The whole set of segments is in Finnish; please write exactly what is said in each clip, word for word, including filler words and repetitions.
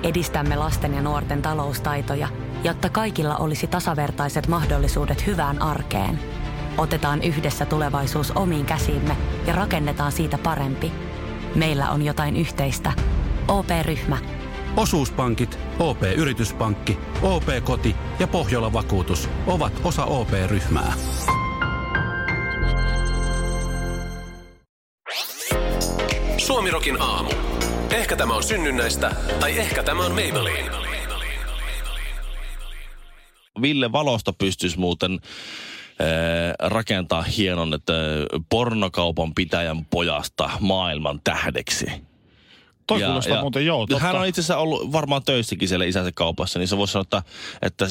edistämme lasten ja nuorten taloustaitoja, jotta kaikilla olisi tasavertaiset mahdollisuudet hyvään arkeen. Otetaan yhdessä tulevaisuus omiin käsiimme ja rakennetaan siitä parempi. Meillä on jotain yhteistä. O P-ryhmä. Osuuspankit, O P-yrityspankki, O P-koti ja Pohjola-vakuutus ovat osa O P-ryhmää. Suomirokin aamu. Ehkä tämä on synnynnäistä, tai ehkä tämä on Maybelline. Ville Valosta pystyisi muuten äh, rakentaa hienon, että pornokaupan pitäjän pojasta maailman tähdeksi. Toi ja, kuulostaa ja, muuten joo, totta. Hän on itse asiassa ollut varmaan töissäkin siellä isänsä kaupassa, niin se voisi sanoa, että, että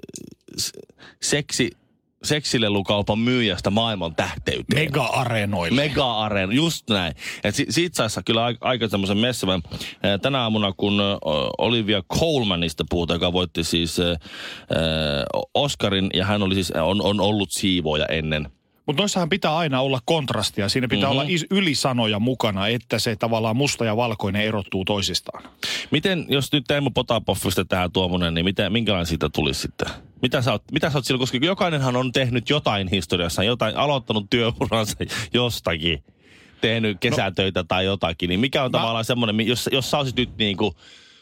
seksi... seksilelukaupan myyjästä maailman tähteyteen. Mega-areenoille. Mega-areeno, just näin. Et si- siitä saisi kyllä aika, aika semmoisen messavän. Tänä aamuna, kun Olivia Colmanista puhutaan, joka voitti siis äh, Oscarin, ja hän oli siis, on, on ollut siivooja ennen. Mutta noissahan pitää aina olla kontrastia. Siinä pitää mm-hmm. olla is- ylisanoja mukana, että se tavallaan musta ja valkoinen erottuu toisistaan. Miten, jos nyt Teemu Potapoffista tähän tuommoinen, niin mitä, minkälainen siitä tulisi sitten? Mitä sä oot, mitä sä oot silloin, koska jokainenhan on tehnyt jotain historiassa, jotain, aloittanut työuransa jostakin, tehnyt kesätöitä no, tai jotakin, niin mikä on mä, tavallaan semmoinen, jos, jos sä olisit nyt niin kuin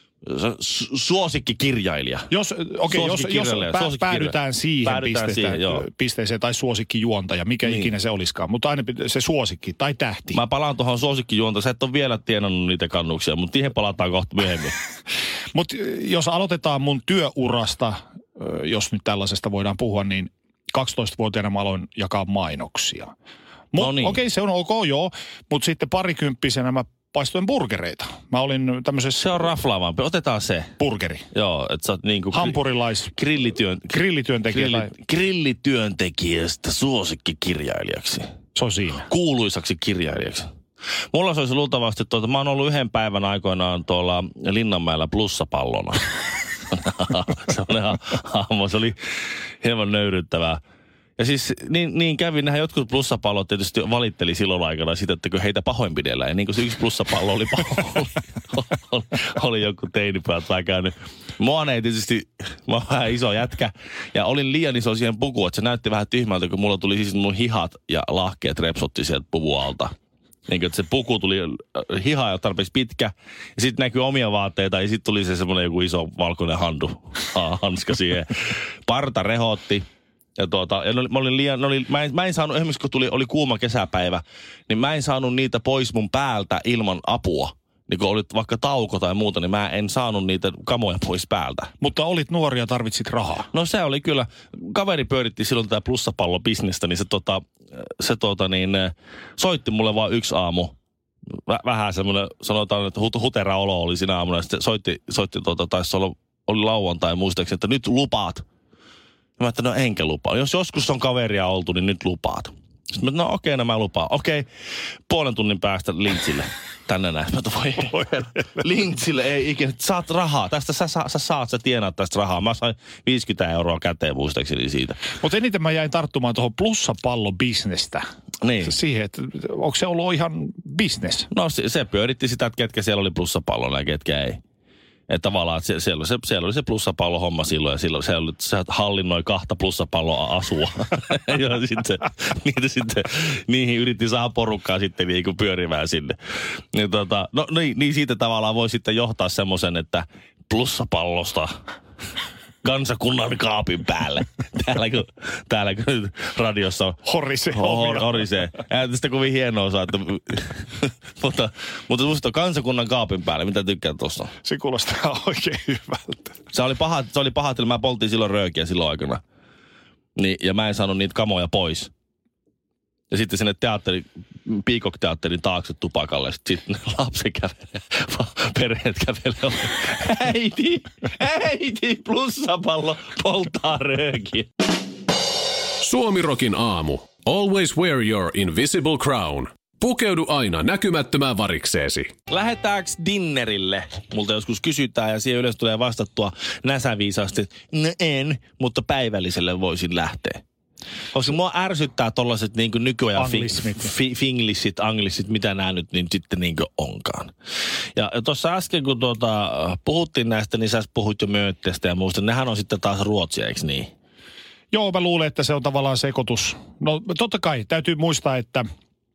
suosikkikirjailija. Jos, okay, jos, jos pää, päädytään siihen, päädytään siihen pisteeseen tai suosikkijuontaja, mikä niin. ikinä se olisikaan, mutta aina se suosikki tai tähti. Mä palaan tuohon suosikkijuontaan. Sä et ole vielä tienannut niitä kannuksia, mutta siihen palataan kohta myöhemmin. Mutta jos aloitetaan mun työurasta, jos nyt tällaisesta voidaan puhua, niin kaksitoistavuotiaana mä aloin jakaa mainoksia. No niin. Okei, okay, se on ok, joo, mutta sitten parikymppisenä mä paistoin burgereita. Mä olin tämmöisessä... Se on raflaavampi. Otetaan se. Burgeri. Joo, että sä oot niinku... Hampurilais... Grillityön... Grillityöntekijä. Grilli, grillityöntekijästä suosikkikirjailijaksi. Se on siinä. Kuuluisaksi kirjailijaksi. Mulla se olisi luultavasti, tuota, mä oon ollut yhden päivän aikoinaan tuolla Linnanmäellä plussapallona. Sellainen hahmo, se oli hieman nöyryttävää. Ja siis niin, niin kävi, nähdä jotkut plussapallot tietysti valitteli silloin aikana siitä, että kun heitä pahoinpidellään. Ja niin kuin se yksi plussapallo oli paho, oli, oli, oli joku teinipäät vähän käynyt. Mua ei tietysti, mä oon vähän iso jätkä ja olin liian iso siihen pukuun, että se näytti vähän tyhmältä, kun mulla tuli siis mun hihat ja lahkeet repsotti sieltä puvun alta. Niin kuin, että se puku tuli hiha ja tarpeeksi pitkä ja sitten näkyi omia vaatteita ja sitten tuli se semmoinen joku iso valkoinen handu, hanska siihen. Parta rehotti. Ja tuota, ja oli, mä olin liian, oli, mä, en, mä en saanut, esimerkiksi kun tuli, oli kuuma kesäpäivä, niin mä en saanut niitä pois mun päältä ilman apua. Niin kun oli vaikka tauko tai muuta, niin mä en saanut niitä kamoja pois päältä. Mutta olit nuori ja tarvitsit rahaa. No se oli kyllä. Kaveri pyöritti silloin tätä plussapallobisnestä, niin se, tota, se tota niin, soitti mulle vaan yksi aamu. Väh, vähän semmoinen, sanotaan, että hut, hutera olo oli siinä aamuna. Sitten soitti, soitti tota, taisi olla, oli lauantai muistaakseni, että nyt lupaat. Mä että no enkä lupaa. Jos joskus on kaveria oltu, niin nyt lupaat. Sitten mä no okei, okay, no mä lupaan. Okei, okay, puolen tunnin päästä Lintsille. Tänne näin. Mä voi Lintsille ei ikinä. Saat rahaa. Tästä sä, sä, sä saat, sä tienaat tästä rahaa. Mä sain viisikymmentä euroa käteen muistaakseni siitä. Mutta eniten mä jäin tarttumaan tuohon plussapallobisnestä. Niin. Siihen, että onko se ollut ihan business? No se, se pyöritti sitä, että ketkä siellä oli plussapallolla ja ketkä ei. Että tavallaan, että siellä oli se, siellä oli se plussapallohomma silloin ja silloin se, oli, se hallinnoi kahta plussapalloa asua. ja sitten se, niitä sitten, niihin yritti saada porukkaa sitten niin kuin pyörimään sinne. Niin, tota, no niin, niin siitä tavallaan voi sitten johtaa semmoisen, että plussapallosta kansakunnan kaapin päälle. Täällä kun, täällä kun radiossa horisee. Hor, horisee. Eihän tästä kovin hienoa saa, että mutta, mutta musta kansakunnan kaapin päälle. Mitä tykkään tuossa? Se kuulostaa oikein hyvältä. Se oli paha, se oli paha, että mä polttiin silloin röökiä silloin aikana. Niin, ja mä en saanut niitä kamoja pois. Ja sitten sinne teatteri, Peacock-teatterin taakse tupakalle. Sitten lapsi kävelee, perheet kävelee. Äiti, äiti, plussapallo polttaa röökiä. Suomirokin aamu. Always wear your invisible crown. Pukeudu aina näkymättömään varikseesi. Lähetääks dinnerille? Multa joskus kysytään ja siihen yleensä tulee vastattua näsäviisaasti. No en, mutta päivälliselle voisin lähteä. Koska mua ärsyttää tollaiset niin kuin nykyajan Anglismit. fi, finglissit, anglissit, mitä nämä nyt niin sitten niin kuin onkaan. Ja, ja tuossa äsken, kun tuota, puhuttiin näistä, niin sä puhuit jo Möötteestä ja muusta. Nehän on sitten taas ruotsia, eikö niin? Joo, mä luulen, että se on tavallaan sekoitus. No totta kai, täytyy muistaa, että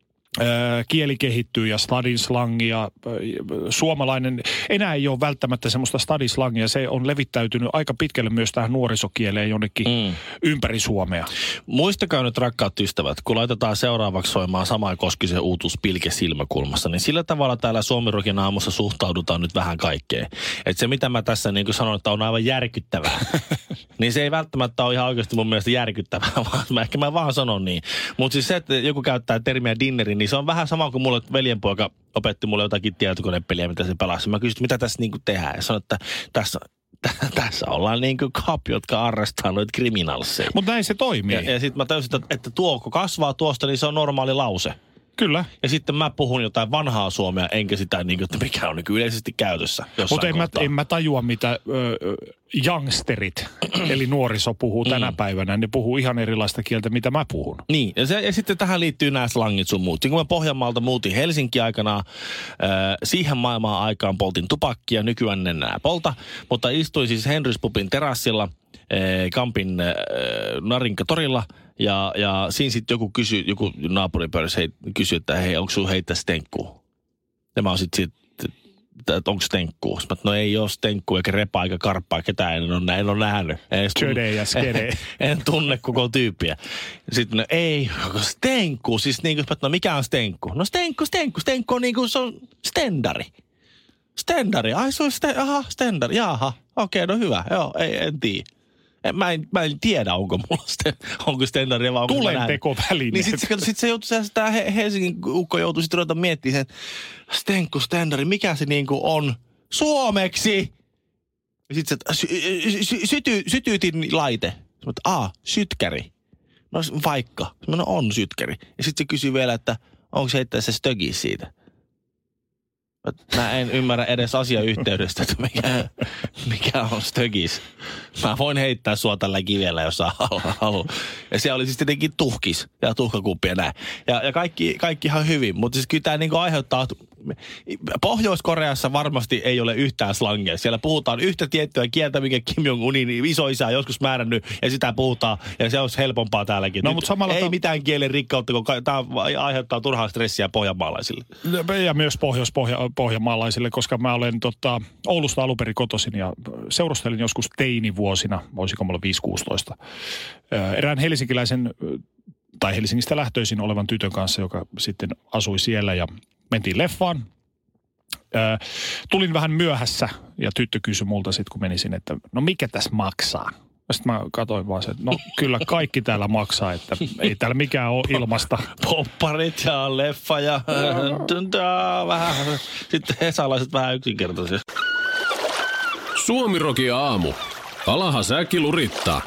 kieli kehittyy ja stadislangi ja suomalainen, enää ei ole välttämättä semmoista stadislangia. Se on levittäytynyt aika pitkälle myös tähän nuorisokieleen jonnekin mm. ympäri Suomea. Muistakaa nyt, rakkaat ystävät, kun laitetaan seuraavaksi soimaan Samaa Koskisen uutuus Pilke silmäkulmassa, niin sillä tavalla täällä Suomirokin aamussa suhtaudutaan nyt vähän kaikkeen. Että se, mitä mä tässä niin kuin sanon, että on aivan järkyttävää, niin se ei välttämättä ole ihan oikeasti mun mielestä järkyttävää, vaan mä ehkä mä vaan sanon niin. Mutta siis se, että joku käyttää termiä dinnerin, niin se on vähän sama kuin mulle veljenpoika opetti mulle jotakin tietokonepeliä, mitä se pelasi. Mä kysyin, mitä tässä niinku tehdään. Ja sanoin, että tässä, t- tässä ollaan niinku kapi, jotka arrestaa noita kriminalseja. Mutta näin se toimii. Ja, ja sitten mä täysin, että, että tuo, kun kasvaa tuosta, niin se on normaali lause. Kyllä. Ja sitten mä puhun jotain vanhaa suomea, enkä sitä, niin kuin, että mikä on niin yleisesti käytössä. Mutta en, en mä tajua, mitä ö, youngsterit, eli nuoriso puhuu tänä mm. päivänä. Ne puhuu ihan erilaista kieltä, mitä mä puhun. Niin, ja, se, ja sitten tähän liittyy nämä slangit sun muut. Kun mä Pohjanmaalta muutin Helsinki aikanaan, äh, siihen maailmaan aikaan poltin tupakkia, nykyään en enää polta. Mutta istuin siis Henrys Pubin terassilla, äh, Kampin äh, Narinkatorilla. Ja, ja siinä sitten joku kysyi, joku naapuripöydässä kysyi, että hei, onko sun heittää stenkkuu? Ja mä oon sitten sit, että onko stenkkuu? Mä no ei ole stenkkuu, eikä repaa, eikä karppaa, ketään en ole, en ole nähnyt. Tjöde ja skede. En, en tunne koko tyyppiä. Sitten no ei, onko stenkkuu? Siis niin kuin, no mikä on stenkkuu? No stenkkuu, stenkkuu, stenkkuu on niin kuin se on stendari. Stendari, ai se on sten, aha, stendari, jaha, okei, okay, no hyvä, joo, ei, en tiedä. Mä en, mä en tiedä, onko mulla sten, onko stendaria vai onko tulentekovälineet. Niin sitten sit se joutui, sitä Helsingin ukko joutui sitten ruveta miettimään sen, stenkku, stendari, mikä se niinku on suomeksi? Ja sitten se, sy, sy, syty, sytyytin laite. Mä oon, aa, sytkäri. No vaikka. Mä no on sytkäri. Ja sitten se kysyy vielä, että onko se heittää se stögis siitä. Mä en ymmärrä edes asiayhteydestä, että mikä, mikä on stögis. Mä voin heittää sua tällä kivellä, jos haluaa. Ja se oli siis tietenkin tuhkis ja tuhkakuppi ja näin. Ja, ja kaikki, kaikki ihan hyvin. Mutta siis kyllä tämä niinku aiheuttaa... Pohjois-Koreassa varmasti ei ole yhtään slangia. Siellä puhutaan yhtä tiettyä kieltä, mikä Kim Jong-unin isoisä on joskus määrännyt, ja sitä puhutaan, ja se olisi helpompaa täälläkin. No, mutta samalla ei ta... mitään kielen rikkautta, kun tämä aiheuttaa turhaa stressiä pohjanmaalaisille. Ja myös pohjois-pohjanmaalaisille, koska mä olen tota, Oulusta alun perin kotoisin, ja seurustelin joskus teinivuosina, voisiko mulla viisi kuusitoista, erään helsinkiläisen, tai Helsingistä lähtöisin olevan tytön kanssa, joka sitten asui siellä, ja mentiin leffaan. Ö, tulin vähän myöhässä ja tyttö kysyi multa sitten, kun menisin, että no mikä tässä maksaa? Sitten mä katsoin vaan se, että no kyllä kaikki täällä maksaa, että ei täällä mikään ole ilmasta. Popparit ja leffa ja vähän. Sitten hesalaiset vähän yksinkertaisia. Suomirokin aamu. Alaha säkki lurittaa.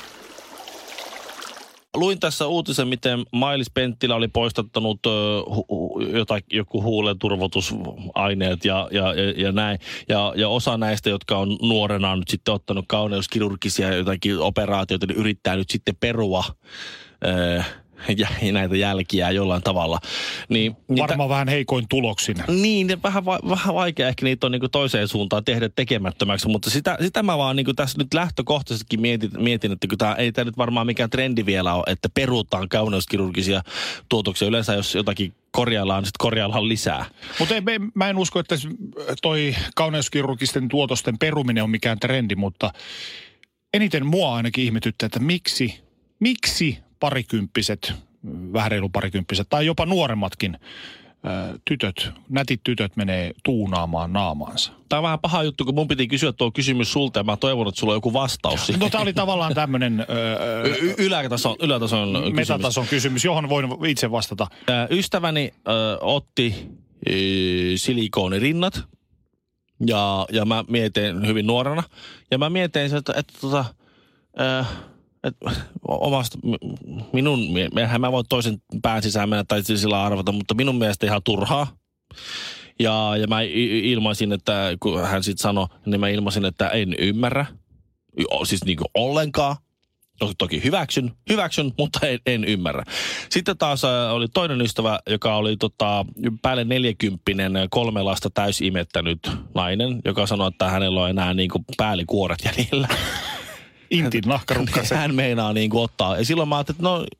Luin tässä uutisen, miten Mailis Penttilä oli poistattanut ö, hu, jotain, joku huulen turvotusaineet ja, ja, ja, ja näin. Ja, ja osa näistä, jotka on nuorena nyt sitten ottanut kauneuskirurgisia jotakin operaatioita, niin yrittää nyt sitten perua ö, ja näitä jälkiä jollain tavalla. Niin, Varmaan niin vähän heikoin tuloksin. Niin, vähän, va, vähän vaikea ehkä niitä on niin kuin toiseen suuntaan tehdä tekemättömäksi, mutta sitä, sitä mä vaan niin kuin tässä nyt lähtökohtaisestikin mietin, mietin että kun tämä ei tämä nyt varmaan mikään trendi vielä ole, että peruutaan kauneuskirurgisia tuotoksia. Yleensä jos jotakin korjaillaan, sitten korjaillaan lisää. Mutta mä en usko, että toi kauneuskirurgisten tuotosten peruminen on mikään trendi, mutta eniten mua ainakin ihmetyttää, että miksi, miksi parikymppiset, vähän reilu parikymppiset tai jopa nuoremmatkin ää, tytöt, nätit tytöt menee tuunaamaan naamaansa. Tämä on vähän paha juttu, kun mun piti kysyä tuo kysymys sulta ja mä toivon, että sulla on joku vastaus siihen. No tämä oli tavallaan tämmöinen y- ylätason, ylätason kysymys. Metatason kysymys, johon voin itse vastata. Ää, ystäväni ää, otti ää, silikoonirinnat ja, ja mä mietin hyvin nuorena. Ja mä mietin, että, että, että tota, ää, Et omasta, minun, eihän mä voi toisen pään sisään mennä tai sillä arvata, mutta minun mielestä ihan turhaa. Ja, ja mä ilmaisin, että kun hän sitten sanoi, niin mä ilmaisin, että en ymmärrä. Siis niin kuin ollenkaan. No, toki hyväksyn, hyväksyn, mutta en, en ymmärrä. Sitten taas oli toinen ystävä, joka oli tota, päälle neljäkymppinen, kolme lasta täysimettänyt nainen, joka sanoi, että hänellä on enää niin kuin päällikuoret jäljellä. Intin nahkarukkasen. Hän meinaa niin kuin ottaa. Ja silloin mä ajattelin, että no,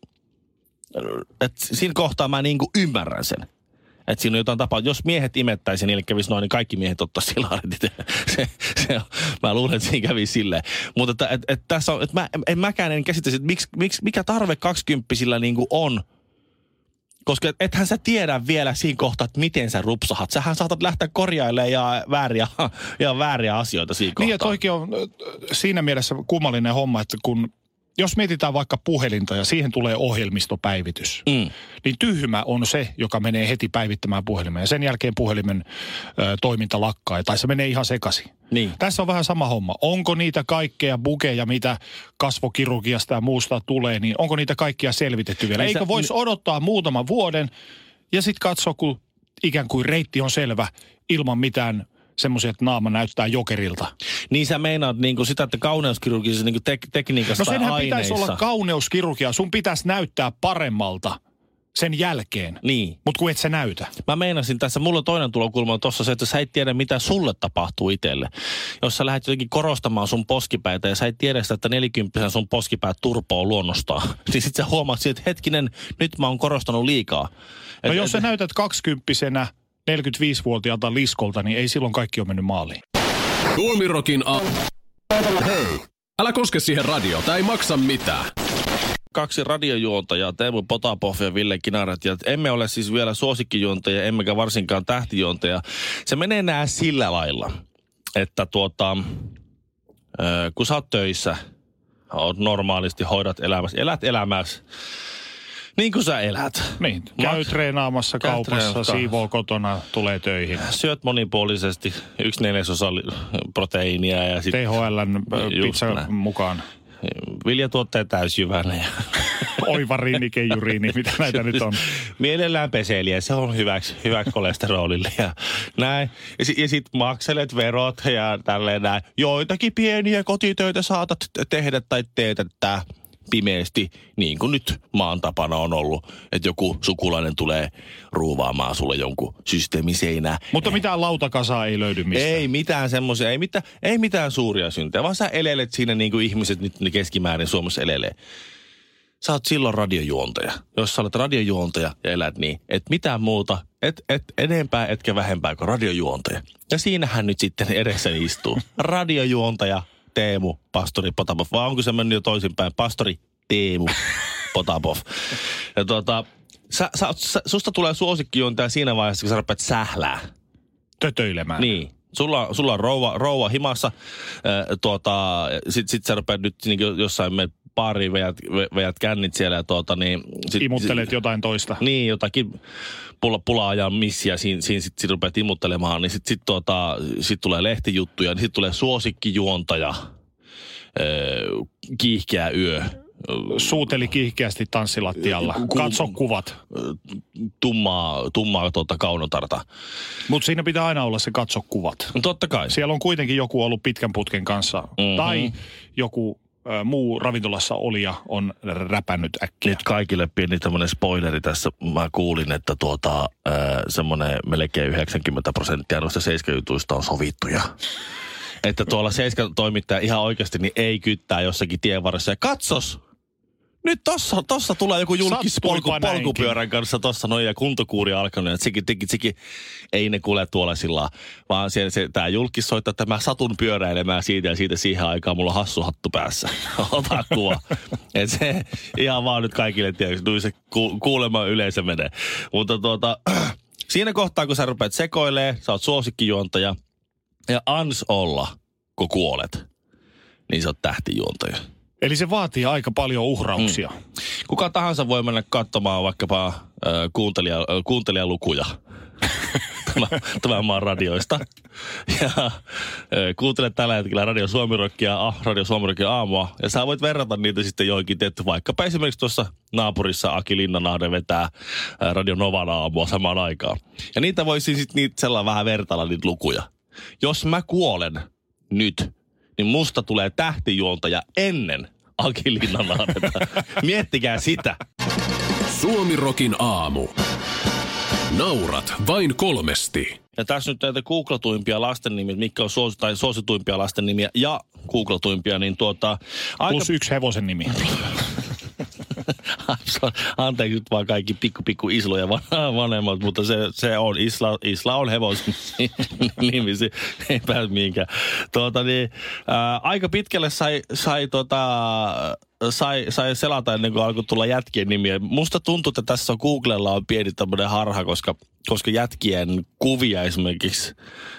että siinä kohtaa mä niin kuin ymmärrän sen. Että siinä on jotain tapaa. Jos miehet imettäisi, niin kävisi noin, niin kaikki miehet ottaisi silarit. Se, se, mä luulen, että siinä kävisi silleen. Mutta että, et, et tässä on, että mä, en mäkään en käsittäisi, että miksi, miksi, mikä tarve kaksikymppisillä niin kuin on. Koska ethän sä tiedä vielä siinä kohtaa, että miten sä rupsahat. Sähän saatat lähteä korjailemaan ja vääriä, ja vääriä asioita siinä kohtaa. Niin, että oikein on siinä mielessä kummallinen homma, että kun jos mietitään vaikka puhelinta ja siihen tulee ohjelmistopäivitys, mm. niin tyhmä on se, joka menee heti päivittämään puhelimeen. Ja sen jälkeen puhelimen ö, toiminta lakkaa, tai se menee ihan sekaisin. Niin. Tässä on vähän sama homma. Onko niitä kaikkea bugeja, mitä kasvokirurgiasta ja muusta tulee, niin onko niitä kaikkia selvitetty vielä? Eikö voisi odottaa muutaman vuoden ja sitten katsoa, kun ikään kuin reitti on selvä ilman mitään semmoisia, että naama näyttää jokerilta. Niin sä meinaat niin kuin sitä, että kauneuskirurgisessa niin kuin tek- tekniikassa tai aineissa. No senhän pitäisi olla kauneuskirurgia. Sun pitäisi näyttää paremmalta sen jälkeen. Niin. Mutta kun et sä näytä. Mä meinasin tässä, mulla on toinen tulokulma on tossa se, että sä et tiedä, mitä sulle tapahtuu itselle. Jos sä lähdet jotenkin korostamaan sun poskipäitä ja sä et tiedä sitä, että nelikymppisenä sun poskipäät turpoo luonnostaan, niin sit sä huomaat siitä, että hetkinen, nyt mä oon korostanut liikaa. No et, jos et, sä näytät kaksikymppisenä neljäkymmentäviisivuotiaalta liskolta, niin ei silloin kaikki ole mennyt maaliin. Suomirokin a... Hei, älä koske siihen radio, tää ei maksa mitään. Kaksi radiojuontajaa, Teemu Potapov ja Ville Kinaret. Ja emme ole siis vielä suosikkijuontajia, emmekä varsinkaan tähtijuontajia. Se menee nää sillä lailla, että tuota, kun sä oot töissä, oot normaalisti, hoidat elämässä, elät elämässä, niin kuin sä elät. Niin, käy treenaamassa kaupassa, siivoo kotona, tulee töihin. Syöt monipuolisesti, yksi neljäsosa proteiinia ja sitten... T H L:n pizza mukaan. Viljatuotteet täysjyvänä ja... Oivariini, mitä näitä nyt on. Mielellään peseliä, se on hyväksi, hyväksi kolesterolille ja näin. Ja, si- ja sit makselet verot ja tälleen näin. Joitakin pieniä kotitöitä saatat tehdä tai teetättää pimeästi, niin kuin nyt maan tapana on ollut, että joku sukulainen tulee ruuvaamaan sulle jonkun systeemiseinää. Mutta mitään lautakasaa ei löydy mistään. Ei mitään semmoisia, ei mitään, ei mitään suuria syntejä, vaan sä elelet siinä niin kuin ihmiset nyt keskimäärin Suomessa elelee. Sä oot silloin radiojuontaja. Jos sä olet radiojuontaja ja elät niin, et mitään muuta, et, et enempää etkä vähempää kuin radiojuontaja. Ja siinähän nyt sitten edessäni istuu radiojuontaja Teemu, pastori Potapov, vai onko se mennyt jo toisinpäin? Pastori Teemu Potapov. Ja tuota, sä, sä, sä, susta tulee suosikkijuontaja siinä vaiheessa, kun sä rupeat sählää. Tötöilemään. Niin. Sulla, sulla on rouva, rouva himassa. Äh, tuota, sit, sit sä rupeat nyt niin jossain me baariin veät, veät kännit siellä ja tuota niin... Sit, imuttelet sit, jotain toista. Niin, jotakin pula, pulaa ja missiä siinä, siinä sit, sit rupeat imuttelemaan, niin sit, sit, tuota, sit tulee lehtijuttuja, niin sit tulee suosikkijuontaja, äh, kiihkeä yö. Suuteli kiihkeästi tanssilattialla. Ku, Katso kuvat. Tummaa, tummaa tuota kaunotarta. Mutta siinä pitää aina olla se katso kuvat. No totta kai. Siellä on kuitenkin joku ollut pitkän putken kanssa. Mm-hmm. Tai joku ö, muu ravintolassa olija on räpännyt äkkiä. Nyt kaikille pieni tämmöinen spoileri tässä. Mä kuulin, että tuota, äh, semmoinen melkein yhdeksänkymmentä prosenttia noista seiskajutuista on sovittuja. Että tuolla Seiskan toimittaja ihan oikeasti niin ei kyttää jossakin tienvarressa. Ja katsos! Nyt tossa, tossa tulee joku julkis polku, polkupyörän kanssa tossa noin ja kuntokuuri alkanut. Että sekin, sekin, sekin, ei ne kuule tuolla sillä vaan siellä se, tää julkis soittaa, että mä satun pyöräilemään siitä ja siitä siihen aikaan mulla on hassu hattu päässä. Ota kuva. Että se ihan vaan nyt kaikille tiedätkö, se ku, kuulemaan yleensä menee. Mutta tuota, siinä kohtaa kun sä rupeat sekoilee, sä oot suosikkijuontaja ja ans olla, kun kuolet, niin sä oot tähtijuontaja. Eli se vaatii aika paljon uhrauksia. Mm. Kuka tahansa voi mennä katsomaan vaikkapa äh, kuuntelija, äh, kuuntelijalukuja tämän maan radioista. Ja äh, kuuntele tällä hetkellä Radio Suomirokkia, ah, Radio Suomirokkia aamua. Ja sä voit verrata niitä sitten joihinkin tehty. Vaikkapa esimerkiksi tuossa naapurissa Aki Linnanahde vetää äh, Radio Novan aamua samaan aikaan. Ja niitä voisi sitten niitä sellainen vähän vertailla niitä lukuja. Jos mä kuolen nyt, niin musta tulee tähtijuontaja ennen Akilinna-naaretta. Miettikää sitä. Suomirokin aamu. Naurat vain kolmesti. Ja tässä nyt näitä googlatuimpia lasten nimiä, mitkä on suos, tai suosituimpia lasten nimiä ja googlatuimpia, niin tuota... Aika... Plus yksi hevosen nimi. Anteeksi nyt vaan kaikki pikku pikku isloja vanhemmat, mutta se, se on, Isla, Isla on hevosen nimi, se ei pääse mihinkään. Tuota, niin, ää, aika pitkälle sai, sai, tota, sai, sai selata ennen kuin alkoi tulla jätkien nimiä. Musta tuntuu, että tässä on Googlella on pieni tämmöinen harha, koska, koska jätkien kuvia esimerkiksi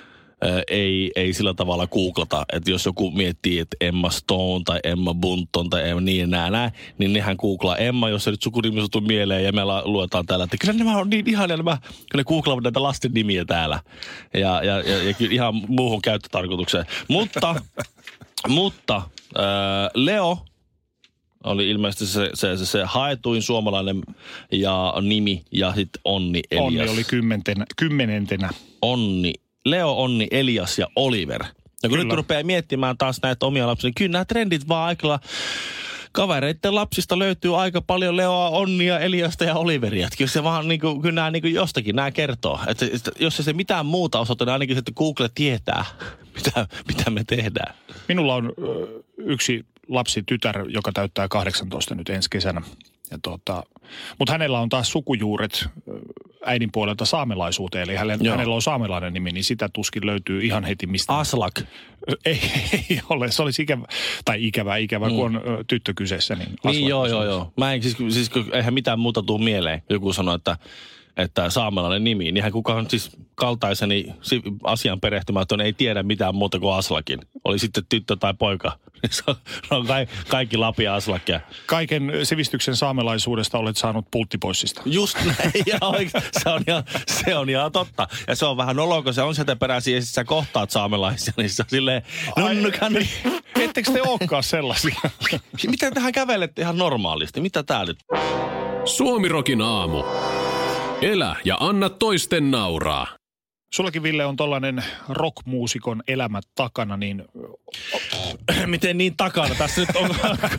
Ei, ei sillä tavalla googlata, että jos joku miettii, että Emma Stone tai Emma Bunton tai Emma niin nää nää, niin nehän googlaa Emma, jos se nyt sukunimi sattuu mieleen ja me luetaan täällä, että kyllä nämä on niin ihania, nämä, kun ne googlaavat näitä lasten nimiä täällä ja, ja, ja, ja kyllä ihan muuhun käyttötarkoitukseen. Mutta, mutta äh, Leo oli ilmeisesti se, se, se, se haetuin suomalainen ja nimi ja sitten Onni Elias. Onni oli kymmentenä. kymmenentenä. Onni. Leo, Onni, Elias ja Oliver. Ja kun kyllä. Nyt rupeaa miettimään taas näitä omia lapsia, niin kyllä nämä trendit vaan aika kavereiden lapsista löytyy aika paljon Leoa, Onnia, Eliasta ja Oliveria. Kyllä se vaan niin kuin, kyllä nämä niin kuin jostakin nämä kertoo. Että, että jos se mitään muuta osoittaa, niin ainakin että Google tietää, mitä, mitä me tehdään. Minulla on ö, yksi lapsi, tytär, joka täyttää kahdeksantoista nyt ensi kesänä. Ja tota, mutta hänellä on taas sukujuuret äidin puolelta saamelaisuuteen, eli hänellä, hänellä on saamelainen nimi, niin sitä tuskin löytyy ihan heti mistä. Aslak. Ei, ei ole, se olisi ikävä, tai ikävä, ikävä, mm. kun on ö, tyttö kyseessä. Niin, niin joo, joo, joo. Mä en, siis, siis eihän mitään muuta tule mieleen. Joku sanoi, että, että saamelainen nimi, niin hän kukaan siis kaltaiseni asian perehtymätön ei tiedä mitään muuta kuin Aslakin. Oli sitten tyttö tai poika. Se on kaikki Lapin Aslakia. Kaiken sivistyksen saamelaisuudesta olet saanut pulttipoissista. Just näin, ja se, on ihan, se on ihan totta. Ja se on vähän noloa, kun se on sieltä peräisin, ja sitten sä kohtaat saamelaisia, niin se on silleen, nunnukan. Ettekö te olekaan sellaisia? Mitä tähän kävelette ihan normaalisti? Mitä tää nyt? Suomirokin aamu. Elä ja anna toisten nauraa. Sullakin, Ville, on tollainen rockmuusikon elämä takana, niin... Miten niin takana? Tässä nyt on...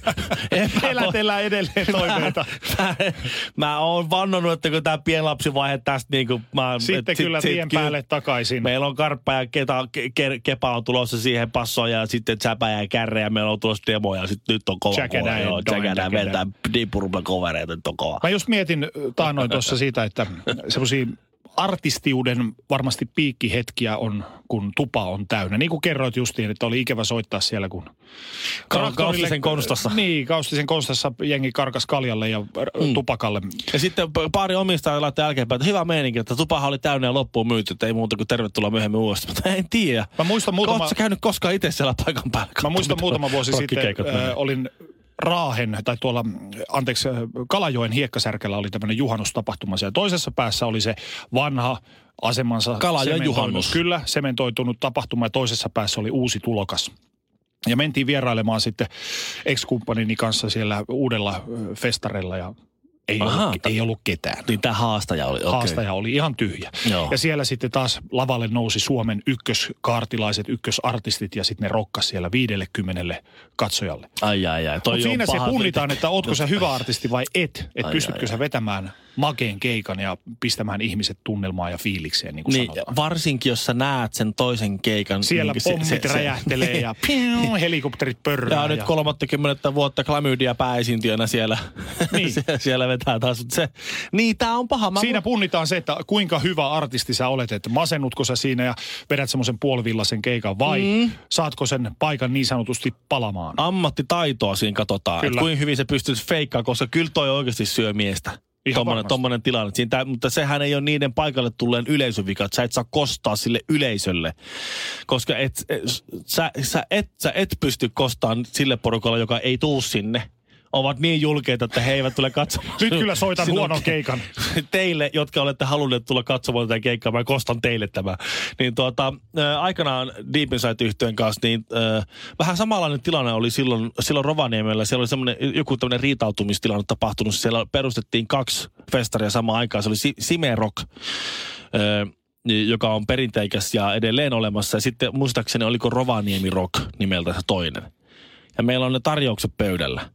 Elätellään edelleen toiveita. Mä, mä, mä oon vannonut, että kun tää pienlapsivaihe tästä niin kuin... Mä, Sitten et, kyllä sit, tien sit, päälle takaisin. Meillä on Karppa ja Keta, ke, Kepa on tulossa siihen passoon ja sitten Säpä ja Kärre ja meillä on tulossa demoja ja sitten nyt on kova. Jäkänä ja Jäkänä vetää diipurupla-kovereita, nyt on kova. Mä just mietin taannoin tuossa siitä, että semmosia... Artistiuden varmasti piikkihetkiä on, kun tupa on täynnä. Niin kuin kerroit justiin, että oli ikävä soittaa siellä, kun... Kaustisen konstassa. Niin, Kaustisen konstassa jengi karkas kaljalle ja mm. tupakalle. Ja sitten pari omistajaa laittoi jälkeenpäin, että hyvä meininki, että tupahan oli täynnä ja loppuun myyty, että ei muuta kuin tervetuloa myöhemmin uudestaan. Mutta en tiedä. Mä muistan muutama... Oletko sä käynyt koskaan itse siellä paikan päällä? Mä muistan muutama vuosi sitten, äh, olin... Raahen, tai tuolla, anteeksi, Kalajoen Hiekkasärkellä oli tämmöinen juhannustapahtuma. Siellä toisessa päässä oli se vanha asemansa Kalajoen juhannus. Kyllä, sementoitunut tapahtuma, ja toisessa päässä oli uusi tulokas. Ja mentiin vierailemaan sitten ex-kumppanini kanssa siellä uudella festarella, ja ei, Aha, ollut, t- ei ollut ketään. Niin tämä haastaja oli. Okay. Haastaja oli ihan tyhjä. Joo. Ja siellä sitten taas lavalle nousi Suomen ykköskaartilaiset, ykkösartistit ja sitten ne rokkas siellä viidellekymmenelle katsojalle. Ai ai ai. Mutta siinä se punnitaan, että ootko sä hyvä artisti vai et. Että pystytkö ai, sä ai. vetämään makeen keikan ja pistämään ihmiset tunnelmaan ja fiilikseen, niin kuin niin, sanotaan. Varsinkin, jos sä näet sen toisen keikan. Siellä niin pommit se, se, räjähtelee se, ja piu, helikopterit pörrää. Ja, ja nyt kolmattakymmenettä vuotta klamydia pääesiintiönä siellä. Niin. siellä vetää taas. Se, niin, tää on paha. Mä siinä punnitaan se, että kuinka hyvä artisti sä olet, että masennutko sä siinä ja vedät semmoisen puolivillaisen keikan vai mm. saatko sen paikan niin sanotusti palamaan. Ammattitaitoa siinä katsotaan, että kuinka hyvin se pystyy feikkaamaan, koska kyllä toi oikeasti syö miestä. Tommonen, tommonen tilanne. Siinä, mutta sehän ei ole niiden paikalle tulleen yleisön vika, että sä et saa kostaa sille yleisölle. Koska et, et, sä, sä, et, sä et pysty kostamaan sille porukalle, joka ei tuu sinne. Ovat niin julkeita, että he eivät tule katsomaan. Nyt kyllä soitan huonon keikan. Teille, jotka olette halunneet tulla katsomaan tätä keikkaa, mä kostan teille tämä. Niin tuota, ä, aikanaan Deep Inside-yhtyön kanssa, niin ä, vähän samanlainen tilanne oli silloin, silloin Rovaniemellä. Siellä oli semmoinen, joku tämmöinen riitautumistilanne tapahtunut. Siellä perustettiin kaksi festaria samaan aikaan. Se oli Sime Rock, ä, joka on perinteikäs ja edelleen olemassa. Ja sitten muistaakseni oliko Rovaniemi Rock nimeltä se toinen. Ja meillä on ne tarjoukset pöydällä.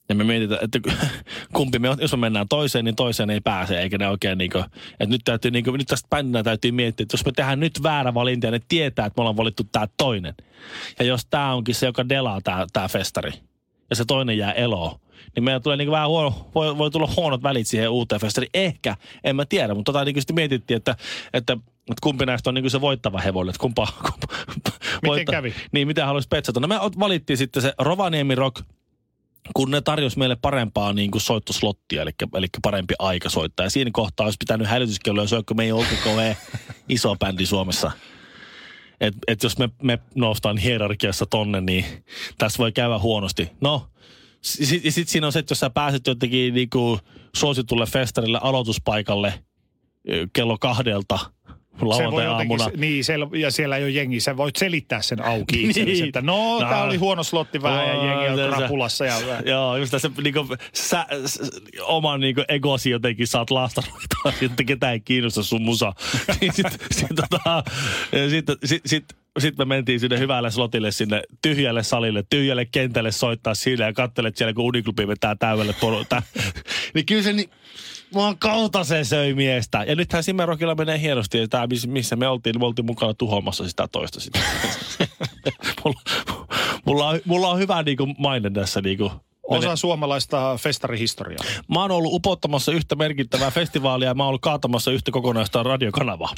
Ja me mietitään, että kumpi me on, jos me mennään toiseen, niin toiseen ei pääse, eikä ne oikein niin kuin, että nyt täytyy niin kuin, nyt tästä bändinä täytyy miettiä, että jos me tehdään nyt väärä valinta ja ne tietää, että me ollaan valittu tää toinen. Ja jos tää onkin se, joka delaa tää, tää festari, ja se toinen jää eloon, niin meillä tulee niin kuin vähän huono, voi, voi tulla huonot välit siihen uuteen festariin. Ehkä, en mä tiedä, mutta tota niin kuin sitten mietittiin, että, että, että kumpi näistä on niin kuin se voittava hevonen, että kumpa, kumpa miten voitta, kävi? Niin, mitä haluaisi petsata. No me valittiin sitten se Rovaniemi Rock, kun ne tarjosi meille parempaa niin kuin soittoslottia, eli, eli parempi aika soittaa. Ja siinä kohtaa olisi pitänyt hälytyskelloja soittaa, kun me ei oltu kovin iso bändi Suomessa. Että et jos me, me noustaan hierarkiassa tonne, niin tässä voi käydä huonosti. No, sitten sit siinä on se, että jos sä pääset jotenkin niin kuin suositulle festarille aloituspaikalle kello kahdelta, lauantai-aamuna. Niin, siellä, ja siellä ei ole jengi. Sä voit selittää sen auki itsellesi, että no, no tää oli huono slotti vähän no, ja jengi on krapulassa. Ja joo, just tässä niinku, sä, sä, oman niinku egosi jotenkin saat laastaroitaan, että ketään ei kiinnosta sun musa. Niin sitten sit, tota, sit, sit, sit, sit me mentiin sinne hyvälle slotille, sinne tyhjälle salille, tyhjälle kentälle soittaa siinä ja katselet siellä, kun Uniklubi vetää täydelle porota. Niin kyllä se niin... Vaan kautta se söi miestä. Ja nythän Simerokilla menee hienosti. Ja tämä, missä me oltiin, niin me oltiin mukana tuhoamassa sitä toista sitä. mulla, mulla, on, mulla on hyvä niinku maine tässä. Niinku, osa suomalaista festarihistoriaa. Mä oon ollut upottamassa yhtä merkittävää festivaalia ja mä oon ollut kaatamassa yhtä kokonaista radiokanavaa.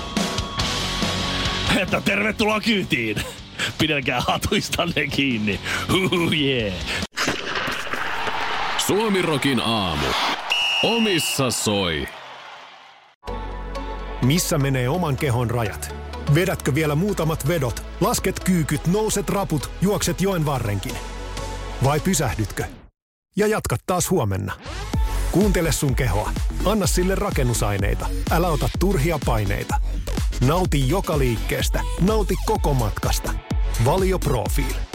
Että tervetuloa kyytiin. Pidäkää hatuistanne kiinni. Huhu, yeah. Suomirokin aamu. Omissa soi. Missä menee oman kehon rajat? Vedätkö vielä muutamat vedot? Lasket kyykyt, nouset raput, juokset joen varrenkin. Vai pysähdytkö? Ja jatkat taas huomenna. Kuuntele sun kehoa. Anna sille rakennusaineita. Älä ota turhia paineita. Nauti joka liikkeestä. Nauti koko matkasta. Valio Profiil.